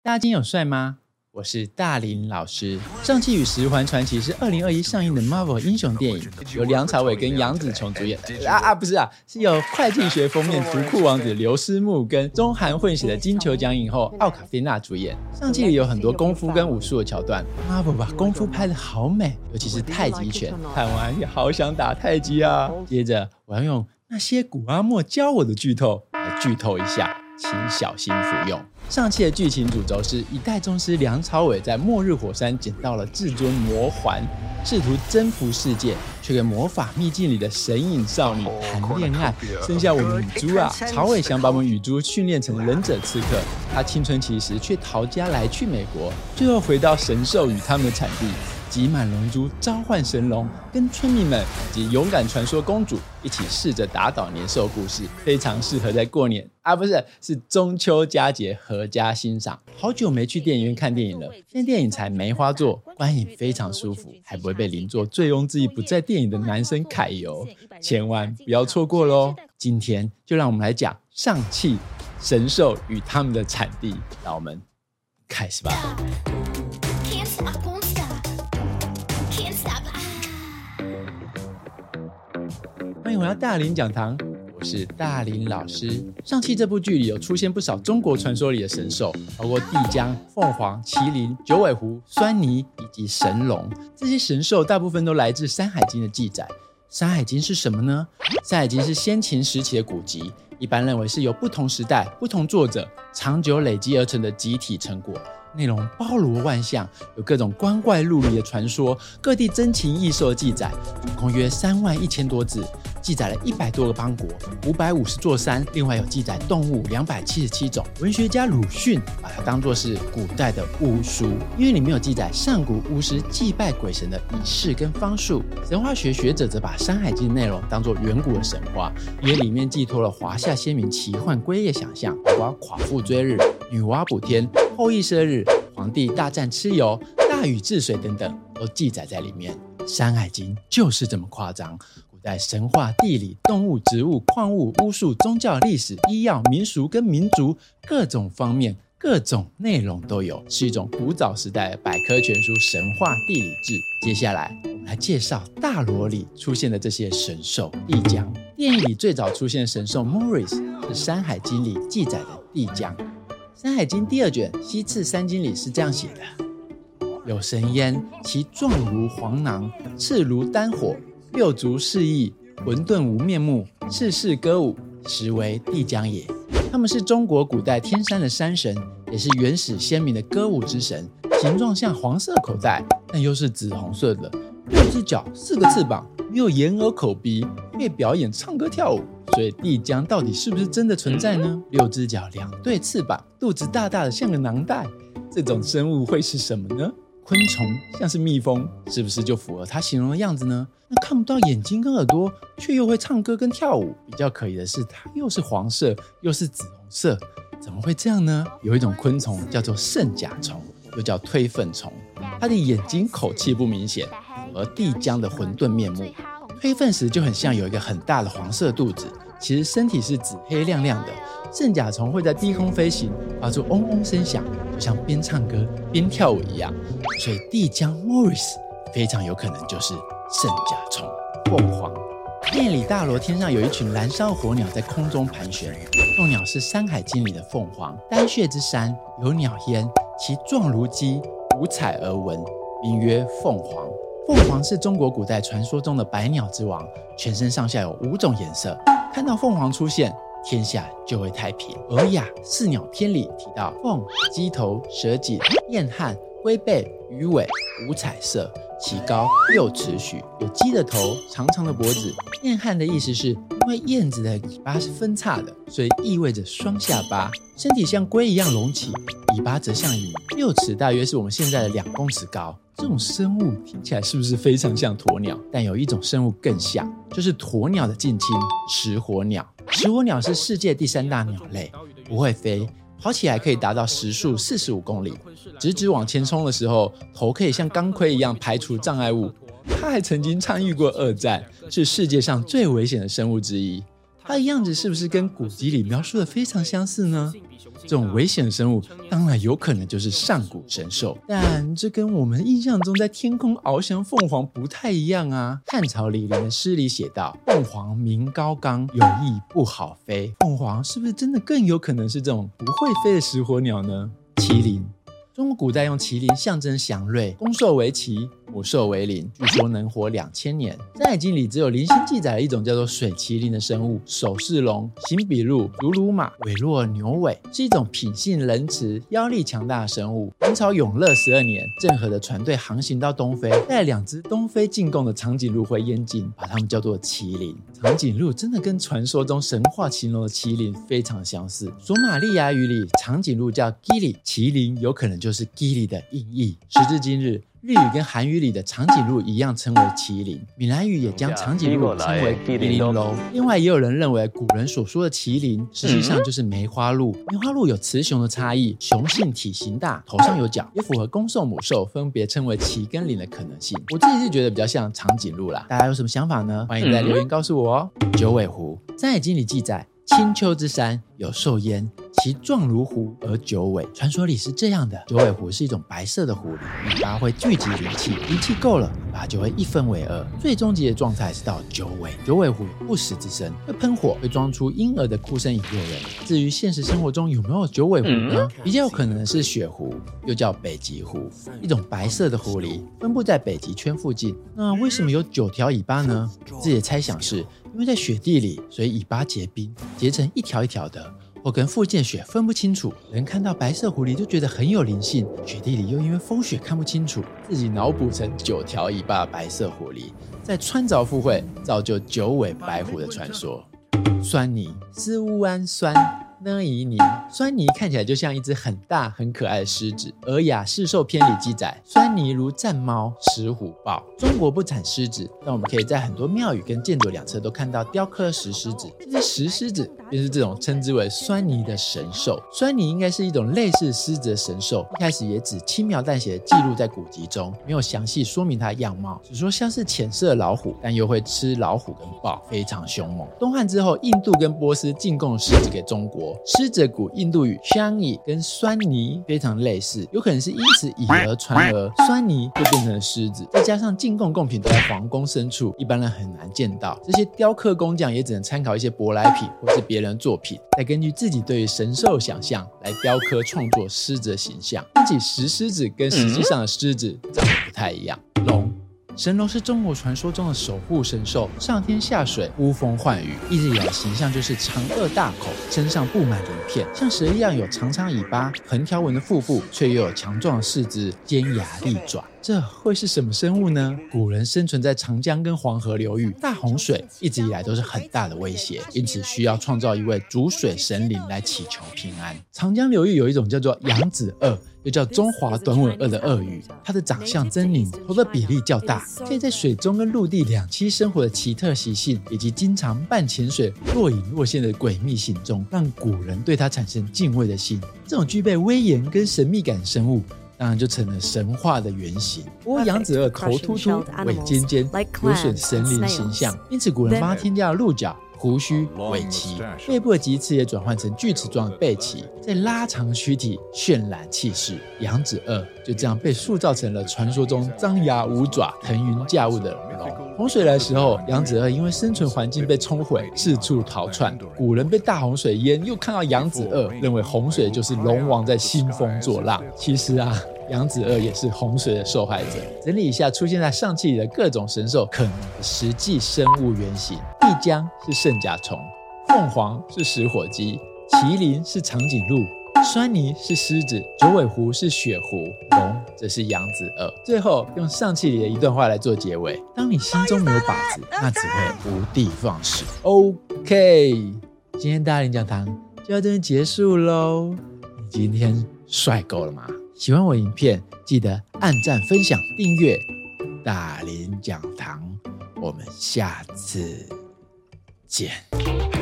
大家今天有帅吗？我是大林老师。上汽与十环传奇是2021上映的 Marvel 英雄电影，由梁朝伟跟杨紫琼主演的。不是啊，是由会计学封面图库王子刘思慕跟中韩混血的金球奖影后奥卡菲娜主演。上汽里有很多功夫跟武术的桥段 ，Marvel 把功夫拍得好美，尤其是太极拳，看完也好想打太极啊。接着我要用那些古阿莫教我的剧透来剧透一下，请小心服用。上期的剧情主轴是一代宗师梁朝伟在末日火山捡到了至尊魔环，试图征服世界，却跟魔法秘境里的神隐少女谈恋爱，生下我们雨珠啊！朝伟想把我们雨珠训练成忍者刺客，他青春期时却逃家来去美国，最后回到神兽与他们的产地，集满龙珠召唤神龙，跟村民们以及勇敢传说公主一起试着打倒年兽故事，非常适合在过年是中秋佳节合家欣赏。好久没去电影院看电影了，现在电影才梅花座，观影非常舒服，还不会被邻座醉翁之意不在电影的男生揩油，千万不要错过咯。今天就让我们来讲上汽神兽与他们的产地，让我们开始吧。欢迎回到大林讲堂，我是大林老师。上汽这部剧里有出现不少中国传说里的神兽，包括帝江、凤凰、麒麟、九尾狐、狻猊以及神龙。这些神兽大部分都来自《山海经》的记载。《山海经》是什么呢？《山海经》是先秦时期的古籍，一般认为是由不同时代、不同作者长久累积而成的集体成果。内容包罗万象，有各种光怪陆离的传说，各地珍禽异兽的记载，总共约31000多字，记载了100多个邦国，550座山，另外有记载动物277种。文学家鲁迅把它当作是古代的巫书，因为里面有记载上古巫师祭拜鬼神的仪式跟方术。神话学学者则把《山海经》的内容当作远古的神话，因为里面寄托了华夏先民奇幻归夜想象，包括夸父追日、女娲补天、后羿射日、皇帝大战蚩尤、大禹治水等等，都记载在里面。《山海经》就是这么夸张，古代神话、地理、动物、植物、矿物、巫术、宗教、历史、医药、民俗跟民族各种方面、各种内容都有，是一种古早时代的百科全书神话地理志。接下来我们来介绍大罗里出现的这些神兽。帝江，电影里最早出现的神兽 Morris 是《山海经》里记载的帝江。《山海经》第2卷西次三经里是这样写的：有神焉，其状如黄囊，翅如丹火，六足四翼，混沌无面目，世事歌舞，实为帝江也。他们是中国古代天山的山神，也是原始先民的歌舞之神，形状像黄色口袋，但又是紫红色的，6只脚，4个翅膀，没有眼耳口鼻，会表演唱歌跳舞。所以帝江到底是不是真的存在呢？6只脚，2对翅膀，肚子大大的像个囊袋，这种生物会是什么呢？昆虫像是蜜蜂，是不是就符合它形容的样子呢？那看不到眼睛跟耳朵，却又会唱歌跟跳舞，比较可疑的是它又是黄色又是紫红色，怎么会这样呢？有一种昆虫叫做圣甲虫，又叫推粪虫，它的眼睛口气不明显，符合帝江的混沌面目。推粪时就很像有一个很大的黄色肚子，其实身体是紫黑亮亮的。圣甲虫会在低空飞行，发出嗡嗡声响，就像边唱歌边跳舞一样，所以帝江 Morris 非常有可能就是圣甲虫。凤凰，电影里大罗天上有一群燃烧火鸟在空中盘旋，众鸟是《山海经》里的凤凰。丹穴之山有鸟焉，其状如鸡，五彩而文，名曰凤凰。凤凰是中国古代传说中的百鸟之王，全身上下有5种颜色。看到凤凰出现，天下就会太平。《尔雅·四鸟篇》里提到凤、鸡头、蛇颈、燕颔、龟背、鱼尾，5彩色，其高6尺许，有鸡的头，长长的脖子。燕颔的意思是因为燕子的尾巴是分叉的，所以意味着双下巴，身体像龟一样隆起，尾巴则像鱼，6尺大约是我们现在的2公尺高。这种生物听起来是不是非常像鸵鸟？但有一种生物更像，就是鸵鸟的近亲食火鸟。食火鸟是世界第3大鸟类，不会飞，跑起来可以达到时速45公里，直直往前冲的时候，头可以像钢盔一样排除障碍物。它还曾经参与过2战，是世界上最危险的生物之一。它的样子是不是跟古籍里描述的非常相似呢？ 这种危险的生物当然有可能就是上古神兽，但这跟我们印象中在天空翱翔凤凰不太一样啊。汉朝李陵的诗里写道：凤凰鸣高冈，有翼不好飞。凤凰是不是真的更有可能是这种不会飞的食火鸟呢？麒麟，中国古代用麒麟象征祥瑞，公兽为麒，母兽为麟，据说能活2000年。《山海经》里只有零星记载了一种叫做水麒麟的生物，手是龙，形比鹿，如鲁马，尾若牛尾，是一种品性仁慈、妖力强大的生物。明朝永乐12年，郑和的船队航行到东非，带2只东非进贡的长颈鹿回燕京，把它们叫做麒麟。长颈鹿真的跟传说中神话形容的麒麟非常相似。索马利亚语里，长颈鹿叫 Gili， 麒麟有可能就是 Gili 的音译。时至今日，日语跟韩语里的长颈鹿一样称为麒麟，闽南语也将长颈鹿称为麒麟鹿。另外也有人认为古人所说的麒麟实际上就是梅花鹿。梅花鹿有雌雄的差异，雄性体型大，头上有角，也符合公兽母兽分别称为麒跟麟的可能性。我自己是觉得比较像长颈鹿啦，大家有什么想法呢？欢迎在留言告诉我哦。九尾狐，《山海经》里记载，青丘之山有兽焉，其状如狐而九尾。传说里是这样的，九尾狐是一种白色的狐狸，尾巴会聚集灵气，灵气够了，尾巴就会一分为二，最终极的状态是到九尾。九尾狐有不死之身，会喷火，会装出婴儿的哭声引诱人。至于现实生活中有没有九尾狐呢？比较有可能的是雪狐，又叫北极狐，一种白色的狐狸，分布在北极圈附近。那为什么有9条尾巴呢？自己的猜想是因为在雪地里，所以尾巴结冰，结成一条一条的，或跟附近的雪分不清楚。人看到白色狐狸就觉得很有灵性，雪地里又因为风雪看不清楚，自己脑补成9条尾巴的白色狐狸，再穿凿附会，造就9尾白狐的传说。酸泥，斯乌安酸呢宜尼，酸泥看起来就像一只很大很可爱的狮子，而雅释兽篇里记载，酸泥如战猫，食虎豹。中国不产狮子，但我们可以在很多庙宇跟建筑两侧都看到雕刻石狮子。这些石狮子便是这种称之为酸泥的神兽。酸泥应该是一种类似狮子的神兽，一开始也只轻描淡写记录在古籍中，没有详细说明它的样貌，只说像是浅色老虎，但又会吃老虎跟豹，非常凶猛。东汉之后，印度跟波斯进贡狮子给中国，狮子古印度语香蚁跟酸泥非常类似，有可能是因此以讹传讹，酸泥就变成了狮子。再加上进贡贡品都在皇宫深处，一般人很难见到，这些雕刻工匠也只能参考一些舶来品或是别人作品，再根据自己对于神兽想象来雕刻创作狮子的形象。因此石狮子跟实际上的狮子长得不太一样。龙，神龙是中国传说中的守护神兽，上天下水，呼风唤雨，一直以来形象就是长颚大口，身上布满鳞片，像蛇一样有长长尾巴，横条纹的腹部，却又有强壮的四肢，尖牙利爪。这会是什么生物呢？古人生存在长江跟黄河流域，大洪水一直以来都是很大的威胁，因此需要创造一位主水神灵来祈求平安。长江流域有一种叫做扬子鳄，又叫中华短吻鳄的鳄鱼，它的长相狰狞，头的比例较大，可以在水中跟陆地两栖生活的奇特习性，以及经常半潜水若隐若现的诡秘行踪，让古人对它产生敬畏的心。这种具备威严跟神秘感的生物，当然就成了神话的原型。不过扬子鳄头突突，尾尖尖，有损神灵形象，因此古人帮它添加了鹿角、胡须、尾鳍，背部的棘刺也转换成锯齿状的背鳍，再拉长躯体，渲染气势。扬子鳄就这样被塑造成了传说中张牙舞爪、腾云驾雾的龙。洪水来的时候，扬子鳄因为生存环境被冲毁，四处逃窜。古人被大洪水淹，又看到扬子鳄，认为洪水就是龙王在兴风作浪。其实啊，扬子鳄也是洪水的受害者。整理一下出现在上期里的各种神兽可能的实际生物原型：帝江是圣甲虫，凤凰是食火鸡，麒麟是长颈鹿，酸泥是狮子，九尾狐是雪狐，龙则是扬子鳄。最后用上期里的一段话来做结尾：当你心中没有靶子，那只会无的放矢。OK， 今天大林讲堂就到这边结束咯。你今天帅够了吗？喜欢我影片记得按赞、分享、订阅大林讲堂，我们下次见。